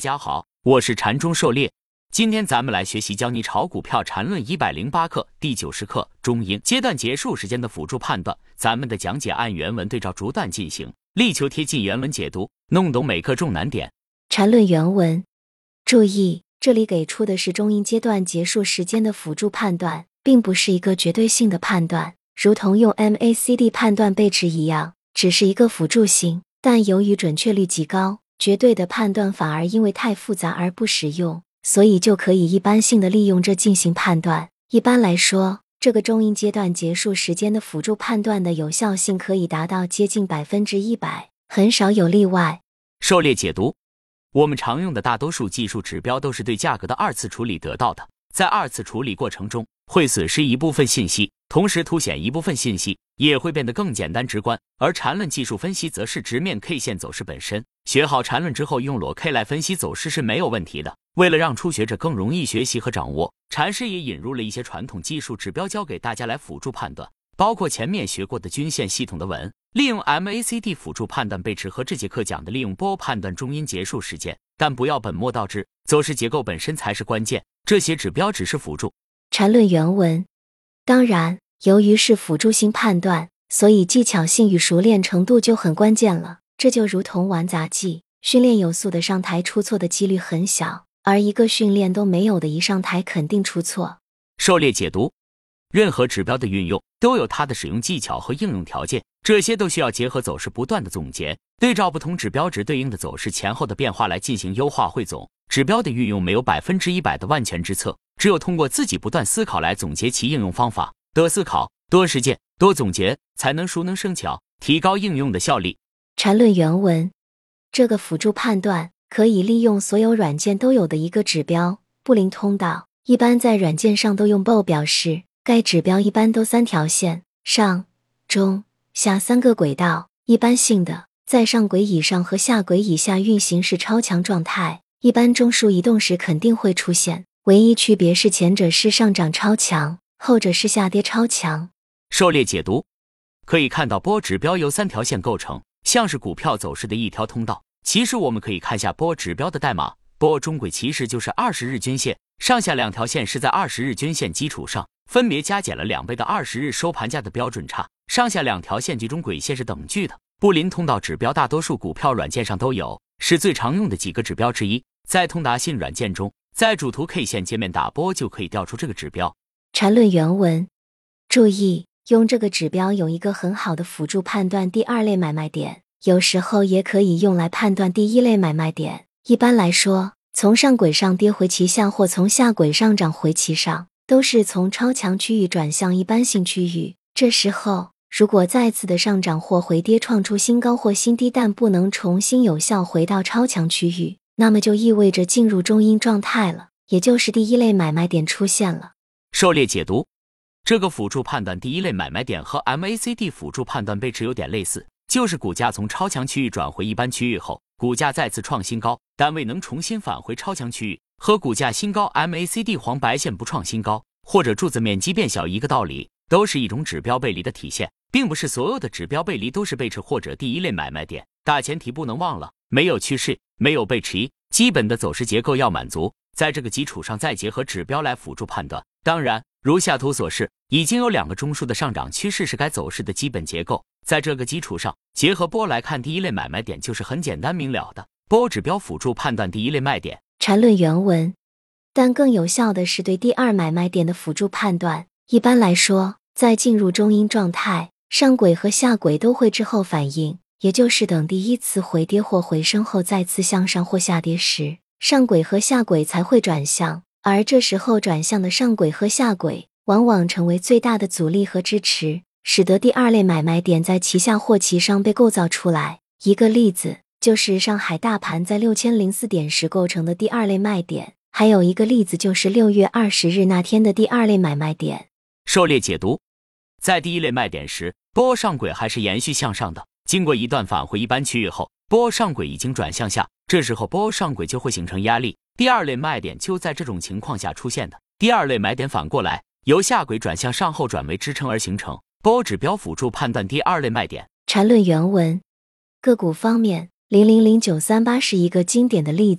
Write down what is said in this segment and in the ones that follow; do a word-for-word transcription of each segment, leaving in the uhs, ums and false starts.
大家好，我是禅中狩猎。今天咱们来学习教你炒股票禅论一百零八课第九十课中阴阶段结束时间的辅助判断。咱们的讲解按原文对照逐段进行，力求贴近原文解读，弄懂每课重难点。 禅论原文，注意，这里给出的是中阴阶段结束时间的辅助判断，并不是一个绝对性的判断，如同用 M A C D 判断背驰一样，只是一个辅助性，但由于准确率极高，绝对的判断反而因为太复杂而不实用，所以就可以一般性的利用这进行判断。一般来说，这个中阴阶段结束时间的辅助判断的有效性可以达到接近百分之一百，很少有例外。 狩猎解读，我们常用的大多数技术指标都是对价格的二次处理得到的，在二次处理过程中会损失一部分信息，同时凸显一部分信息，也会变得更简单直观。而缠论技术分析则是直面 K 线走势本身，学好缠论之后用裸 K 来分析走势是没有问题的。为了让初学者更容易学习和掌握，禅师也引入了一些传统技术指标教给大家来辅助判断，包括前面学过的均线系统的稳，利用 M A C D 辅助判断背驰和这节课讲的利用波判断中阴结束时间，但不要本末倒置，走势结构本身才是关键，这些指标只是辅助。 禅论原文，当然，由于是辅助性判断，所以技巧性与熟练程度就很关键了。这就如同玩杂技，训练有素的上台出错的几率很小，而一个训练都没有的一上台肯定出错。 狩猎解读，任何指标的运用都有它的使用技巧和应用条件，这些都需要结合走势不断的总结，对照不同指标值对应的走势前后的变化来进行优化汇总。指标的运用没有百分之一百的万全之策，只有通过自己不断思考来总结其应用方法，多思考、多实践、多总结，才能熟能生巧，提高应用的效力。 禅论原文，这个辅助判断可以利用所有软件都有的一个指标布林通道，一般在软件上都用 B O 表示，该指标一般都三条线，上、中、下三个轨道，一般性的在上轨以上和下轨以下运行是超强状态，一般中枢移动时肯定会出现，唯一区别是前者是上涨超强，后者是下跌超强。 狩猎解读，可以看到波指标由三条线构成，像是股票走势的一条通道。其实我们可以看下波指标的代码，波中轨其实就是二十日均线，上下两条线是在二十日均线基础上分别加减了两倍的二十日收盘价的标准差，上下两条线距中轨线是等距的。布林通道指标大多数股票软件上都有，是最常用的几个指标之一。在通达信软件中，在主图 K 线界面打波就可以调出这个指标。 禅论原文，注意，用这个指标有一个很好的辅助判断第二类买卖点，有时候也可以用来判断第一类买卖点。一般来说，从上轨上跌回其下或从下轨上涨回其上，都是从超强区域转向一般性区域。这时候，如果再次的上涨或回跌创出新高或新低，但不能重新有效回到超强区域，那么就意味着进入中阴状态了，也就是第一类买卖点出现了。 狩猎解读，这个辅助判断第一类买卖点和 M A C D 辅助判断背驰有点类似，就是股价从超强区域转回一般区域后，股价再次创新高，但未能重新返回超强区域，和股价新高 M A C D 黄白线不创新高，或者柱子面积变小一个道理，都是一种指标背离的体现，并不是所有的指标背离都是背驰或者第一类买卖点。大前提不能忘了，没有趋势，没有背驰，基本的走势结构要满足，在这个基础上再结合指标来辅助判断。当然，如下图所示，已经有两个中枢的上涨趋势是该走势的基本结构，在这个基础上结合波来看第一类买卖点就是很简单明了的，波指标辅助判断第一类卖点。 禅论原文，但更有效的是对第二买卖点的辅助判断。一般来说，在进入中阴状态，上轨和下轨都会滞后反应，也就是等第一次回跌或回升后再次向上或下跌时，上轨和下轨才会转向，而这时候转向的上轨和下轨往往成为最大的阻力和支持，使得第二类买卖点在其下或其上被构造出来。一个例子就是上海大盘在六千零四点时构成的第二类卖点，还有一个例子就是六月二十日那天的第二类买卖点。 狩猎解读，在第一类卖点时，波上轨还是延续向上的，经过一段返回一般区域后，波上轨已经转向下，这时候波上轨就会形成压力，第二类卖点就在这种情况下出现的。第二类买点反过来由下轨转向上后转为支撑而形成，波指标辅助判断第二类卖点。 禅论原文，个股方面，零零零九三八是一个经典的例子，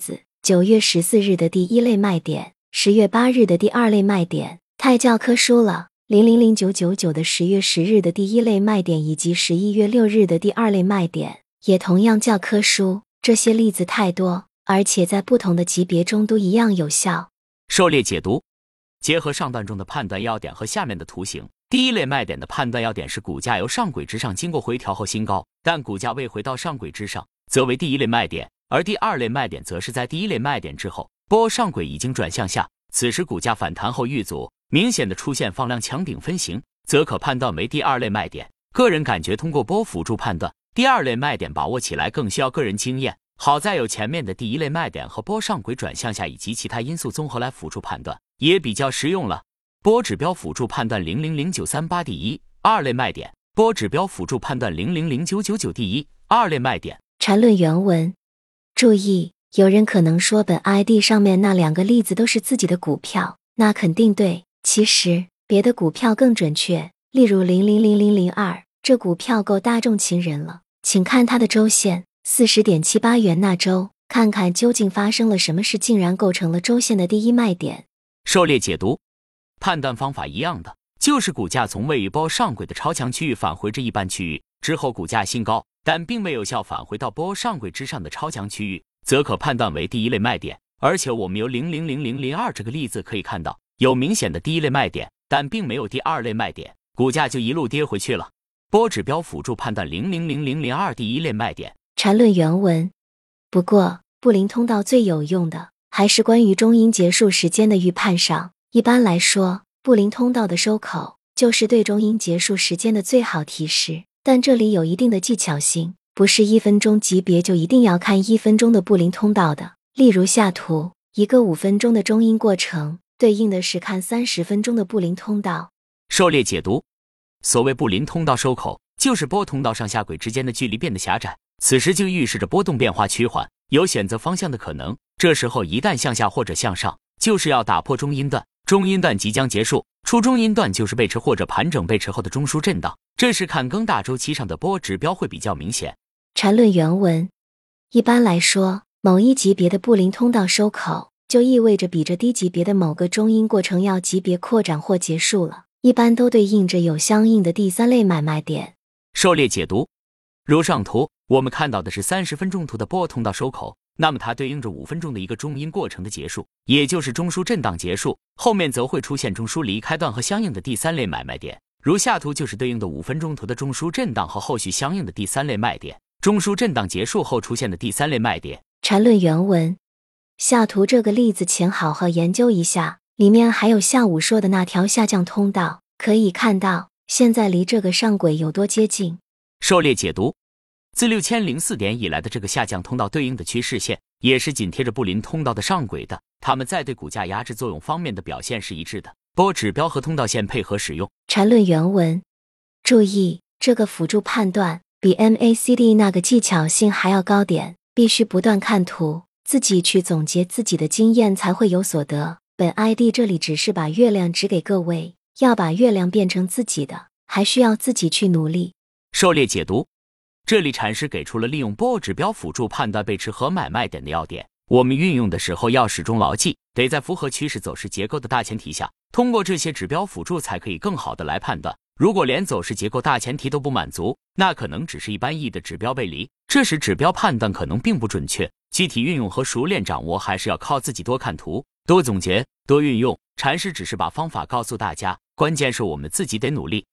九月十四日的第一类卖点，十月八日的第二类卖点，太教科书了。零零零九九九的十月十日的第一类卖点以及十一月六日的第二类卖点，也同样教科书。这些例子太多，而且在不同的级别中都一样有效。 狩猎解读，结合上段中的判断要点和下面的图形，第一类卖点的判断要点是股价由上轨之上经过回调后新高，但股价未回到上轨之上，则为第一类卖点；而第二类卖点则是在第一类卖点之后，波上轨已经转向下，此时股价反弹后遇阻，明显的出现放量强顶分型，则可判断为第二类卖点。个人感觉通过波辅助判断，第二类卖点把握起来更需要个人经验，好在有前面的第一类卖点和波上轨转向下以及其他因素综合来辅助判断，也比较实用了。波指标辅助判断零零零九三八第一、二类卖点，波指标辅助判断零零零九九九第一、二类卖点。 缠论原文，注意，有人可能说本 I D 上面那两个例子都是自己的股票，那肯定对，其实别的股票更准确，例如零零零零零二，这股票够大众情人了，请看它的周线 四十点七八元那周，看看究竟发生了什么事，竟然构成了周线的第一卖点。 狩猎解读，判断方法一样的，就是股价从位于波上轨的超强区域返回至一般区域之后，股价新高，但并未有效返回到波上轨之上的超强区域，则可判断为第一类卖点。而且我们由零零零零零二这个例子可以看到，有明显的第一类卖点，但并没有第二类卖点，股价就一路跌回去了。波指标辅助判断零零零零零二第一类卖点。 缠论原文，不过布林通道最有用的还是关于中阴结束时间的预判上。一般来说，布林通道的收口就是对中阴结束时间的最好提示，但这里有一定的技巧性，不是一分钟级别就一定要看一分钟的布林通道的。例如下图，一个五分钟的中阴过程，对应的是看三十分钟的布林通道。 狩猎解读，所谓布林通道收口，就是波通道上下轨之间的距离变得狭窄，此时就预示着波动变化趋缓，有选择方向的可能。这时候一旦向下或者向上，就是要打破中阴段，中阴段即将结束，出中阴段就是背驰或者盘整背驰后的中枢震荡，这时看更大周期上的波指标会比较明显。 缠论原文，一般来说，某一级别的布林通道收口，就意味着比这低级别的某个中阴过程要级别扩展或结束了，一般都对应着有相应的第三类买卖点。 狩猎解读，如上图我们看到的是三十分钟图的波通道收口，那么它对应着五分钟的一个中阴过程的结束，也就是中枢震荡结束，后面则会出现中枢离开段和相应的第三类买卖点。如下图就是对应的五分钟图的中枢震荡和后续相应的第三类卖点，中枢震荡结束后出现的第三类卖点。 缠论原文，下图这个例子前好好研究一下，里面还有下午说的那条下降通道，可以看到现在离这个上轨有多接近。 狩猎解读，自六千零四点以来的这个下降通道对应的趋势线，也是紧贴着布林通道的上轨的，它们在对股价压制作用方面的表现是一致的，波指标和通道线配合使用。 缠论原文，注意这个辅助判断比 M A C D 那个技巧性还要高点，必须不断看图，自己去总结自己的经验才会有所得。本 I D 这里只是把月亮指给各位，要把月亮变成自己的，还需要自己去努力。 狩猎解读，这里阐释给出了利用波指标辅助判断背驰和买卖点的要点，我们运用的时候要始终牢记，得在符合趋势走势结构的大前提下，通过这些指标辅助才可以更好的来判断。如果连走势结构大前提都不满足，那可能只是一般意义的指标背离，这时指标判断可能并不准确，具体运用和熟练掌握还是要靠自己多看图、多总结、多运用。阐释只是把方法告诉大家，关键是我们自己得努力。